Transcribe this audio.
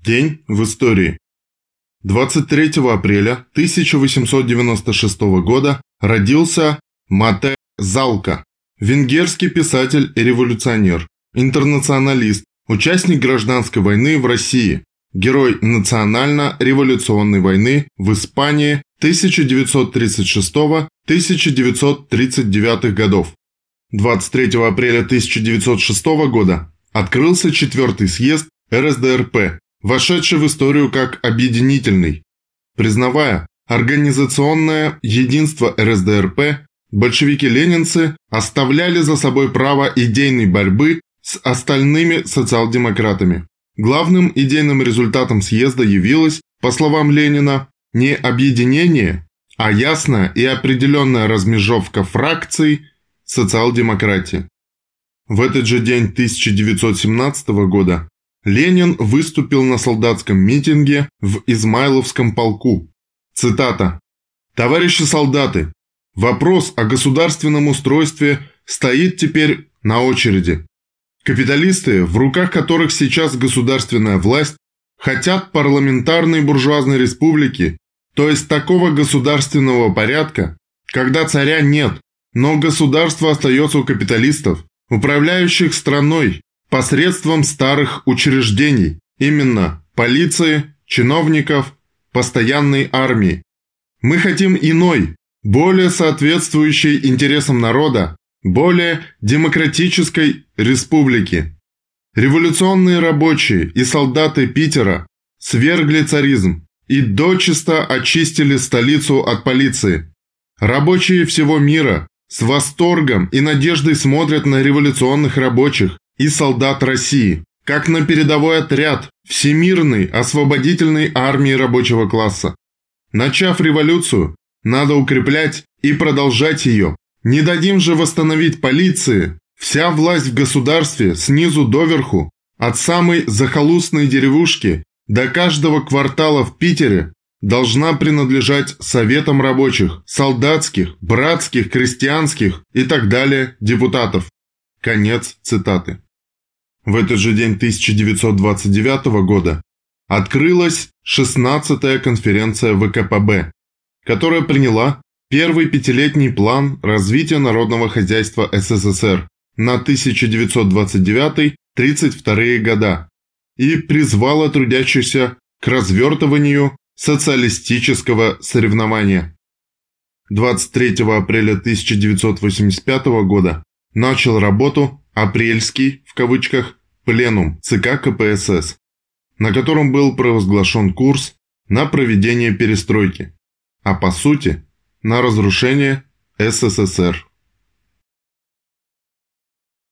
День в истории. 23 апреля 1896 года родился Матей Залка, венгерский писатель и революционер, интернационалист, участник гражданской войны в России, герой национально-революционной войны в Испании 1936-1939 годов. 23 апреля 1906 года открылся 4-й съезд РСДРП, вошедший в историю как объединительный. Признавая организационное единство РСДРП, большевики-ленинцы оставляли за собой право идейной борьбы с остальными социал-демократами. Главным идейным результатом съезда явилось, по словам Ленина, не объединение, а ясная и определенная размежевка фракций социал-демократии. В этот же день 1917 года Ленин выступил на солдатском митинге в Измайловском полку. Цитата. «Товарищи солдаты, вопрос о государственном устройстве стоит теперь на очереди. Капиталисты, в руках которых сейчас государственная власть, хотят парламентарной буржуазной республики, то есть такого государственного порядка, когда царя нет, но государство остается у капиталистов, управляющих страной посредством старых учреждений, именно полиции, чиновников, постоянной армии. Мы хотим иной, более соответствующей интересам народа, более демократической республики. Революционные рабочие и солдаты Питера свергли царизм и дочисто очистили столицу от полиции. Рабочие всего мира с восторгом и надеждой смотрят на революционных рабочих и солдат России, как на передовой отряд Всемирной освободительной армии рабочего класса. Начав революцию, надо укреплять и продолжать ее. Не дадим же восстановить полиции. Вся власть в государстве снизу доверху, от самой захолустной деревушки до каждого квартала в Питере, должна принадлежать советам рабочих, солдатских, братских, крестьянских и так далее депутатов». Конец цитаты. В этот же день 1929 года открылась 16-я конференция ВКПБ, которая приняла первый пятилетний план развития народного хозяйства СССР на 1929-32 года и призвала трудящихся к развертыванию социалистического соревнования. 23 апреля 1985 года начал работу «Апрельский» в кавычках пленум ЦК КПСС, на котором был провозглашен курс на проведение перестройки, а по сути на разрушение СССР.